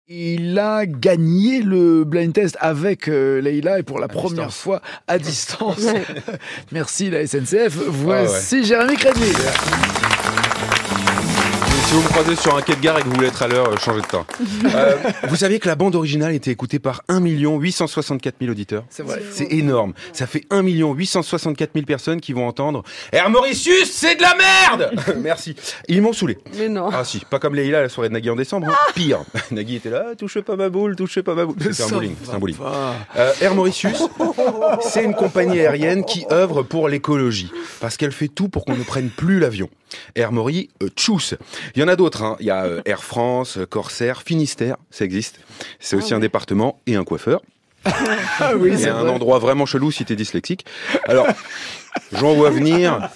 Il a gagné le blind test avec Leïla et pour la première fois à distance. Merci la SNCF. Voici Jérémy Crédville. Si vous me croisez sur un quai de gare et que vous voulez être à l'heure, changez de train. Vous saviez que la bande originale était écoutée par 1 864 000 auditeurs. C'est vrai. C'est énorme. Ça fait 1 864 000 personnes qui vont entendre « Air Mauritius, c'est de la merde !» Merci. Ils m'ont saoulé. Mais non. Ah si, pas comme Leïla à la soirée de Nagui en décembre. Hein. Pire. Nagui était là, touchez pas ma boule, touchez pas ma boule. C'est un bowling. C'est un bowling. Air Mauritius, c'est une compagnie aérienne qui œuvre pour l'écologie. Parce qu'elle fait tout pour qu'on ne prenne plus l'avion. Air Mauritius. Il y en a d'autres. Hein. Il y a Air France, Corsair, Finistère. Ça existe. C'est aussi un département et un coiffeur. Ah oui, c'est un endroit vraiment chelou si t'es dyslexique. Alors, j'en vois venir.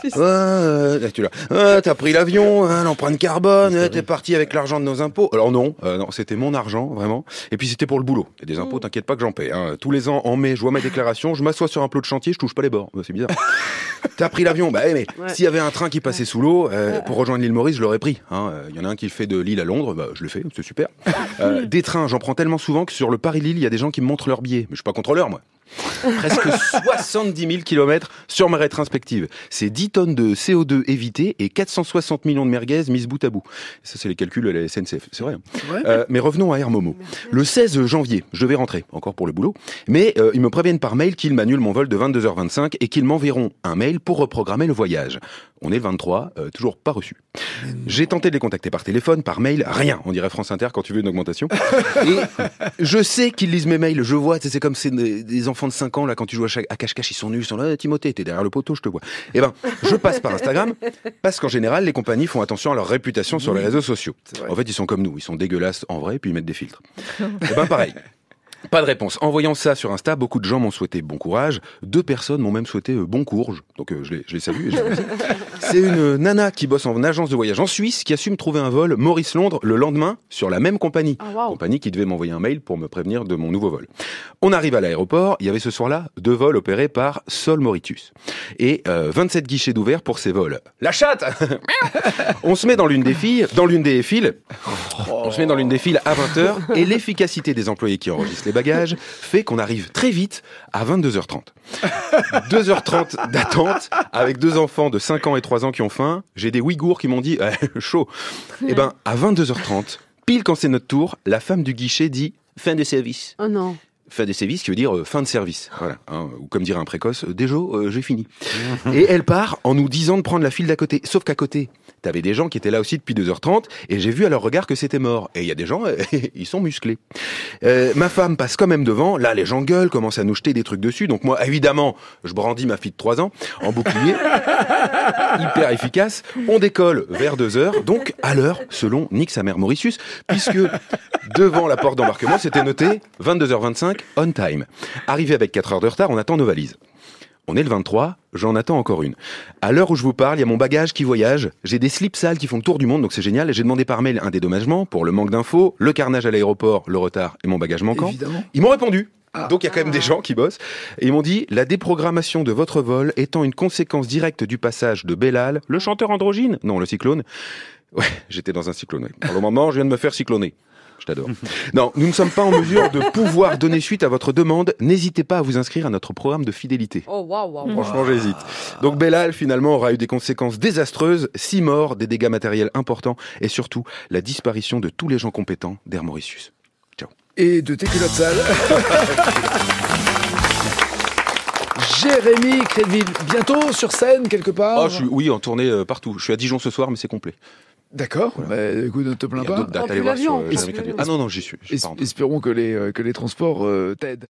T'as pris l'avion, l'empreinte carbone, t'es parti avec l'argent de nos impôts. Alors non, c'était mon argent, vraiment. Et puis c'était pour le boulot. Et des impôts, t'inquiète pas que j'en paie. Hein. Tous les ans, en mai, je vois ma déclaration, je m'assois sur un plot de chantier, je touche pas les bords. C'est bizarre. T'as pris l'avion, mais s'il y avait un train qui passait sous l'eau, pour rejoindre l'île Maurice, je l'aurais pris. Il y en a un qui le fait de Lille à Londres, je le fais, c'est super. Des trains, j'en prends tellement souvent que sur le Paris-Lille, il y a des gens qui me montrent leur billet. Mais je suis pas contrôleur, moi. Presque 70 000 km sur ma rétrospective. C'est 10 tonnes de CO2 évitées et 460 millions de merguez mises bout à bout. Ça, c'est les calculs de la SNCF. C'est vrai. Mais revenons à Air Momo. Le 16 janvier, je vais rentrer, encore pour le boulot, mais ils me préviennent par mail qu'ils m'annulent mon vol de 22h25 et qu'ils m'enverront un mail pour reprogrammer le voyage. On est le 23, toujours pas reçu. J'ai tenté de les contacter par téléphone, par mail, rien. On dirait France Inter quand tu veux une augmentation. Et je sais qu'ils lisent mes mails, je vois, c'est comme des enfants de 5 ans, là, quand tu joues à cache-cache, ils sont nus, ils sont là, Timothée, t'es derrière le poteau, je te vois. Eh ben, je passe par Instagram, parce qu'en général, les compagnies font attention à leur réputation sur les réseaux sociaux. En fait, ils sont comme nous, ils sont dégueulasses en vrai, puis ils mettent des filtres. Eh ben, pareil. Pas de réponse. En voyant ça sur Insta, beaucoup de gens m'ont souhaité bon courage. 2 personnes m'ont même souhaité bon courge. Donc je les salue. C'est une nana qui bosse en agence de voyage en Suisse qui a su me trouver un vol Maurice-Londres le lendemain sur la même compagnie. Compagnie qui devait m'envoyer un mail pour me prévenir de mon nouveau vol. On arrive à l'aéroport. Il y avait ce soir-là 2 vols opérés par Sol Mauritius. Et 27 guichets d'ouvert pour ces vols. La chatte. On se met dans l'une des files à 20h et l'efficacité des employés qui enregistrent les bagages fait qu'on arrive très vite à 22h30. 2h30 d'attente avec 2 enfants de 5 ans et 3 ans qui ont faim. J'ai des Ouïghours qui m'ont dit chaud. Et ben à 22h30, pile quand c'est notre tour, la femme du guichet dit fin de service. Oh non. Fin de service qui veut dire fin de service. Voilà, ou comme dirait un précoce, déjà j'ai fini. Et elle part en nous disant de prendre la file d'à côté. Sauf qu'à côté, t'avais des gens qui étaient là aussi depuis 2h30 et j'ai vu à leur regard que c'était mort. Et il y a des gens, ils sont musclés. Ma femme passe quand même devant. Là, les gens gueulent, commencent à nous jeter des trucs dessus. Donc moi, évidemment, je brandis ma fille de 3 ans en bouclier. Hyper efficace. On décolle vers 2h, donc à l'heure, selon Nick sa mère Mauritius, puisque devant la porte d'embarquement, c'était noté 22h25, on time. Arrivé avec 4 heures de retard, on attend nos valises. On est le 23, j'en attends encore une. À l'heure où je vous parle, il y a mon bagage qui voyage. J'ai des slips sales qui font le tour du monde, donc c'est génial. J'ai demandé par mail un dédommagement pour le manque d'infos, le carnage à l'aéroport, le retard et mon bagage manquant. Évidemment. Ils m'ont répondu. Donc il y a quand même des gens qui bossent. Et ils m'ont dit, la déprogrammation de votre vol étant une conséquence directe du passage de Bellal, le chanteur androgyne, non, le cyclone. Ouais, j'étais dans un cyclone. Pour le moment, je viens de me faire cycloner. Je t'adore. Non, nous ne sommes pas en mesure de pouvoir donner suite à votre demande. N'hésitez pas à vous inscrire à notre programme de fidélité. Oh, waouh. Franchement, j'hésite. Donc, Bellal, finalement, aura eu des conséquences désastreuses, 6 morts, des dégâts matériels importants et surtout, la disparition de tous les gens compétents d'Air Mauritius. Ciao. Et de tes culottes sales. Jérémy Crédville, bientôt sur scène quelque part. Oui, en tournée partout. Je suis à Dijon ce soir, mais c'est complet. D'accord, voilà. Écoute, ne te plains pas. Il y a d'autres dates à aller voir sur Jérémy Crédville. Ah non, j'y suis. Espérons que les transports t'aident.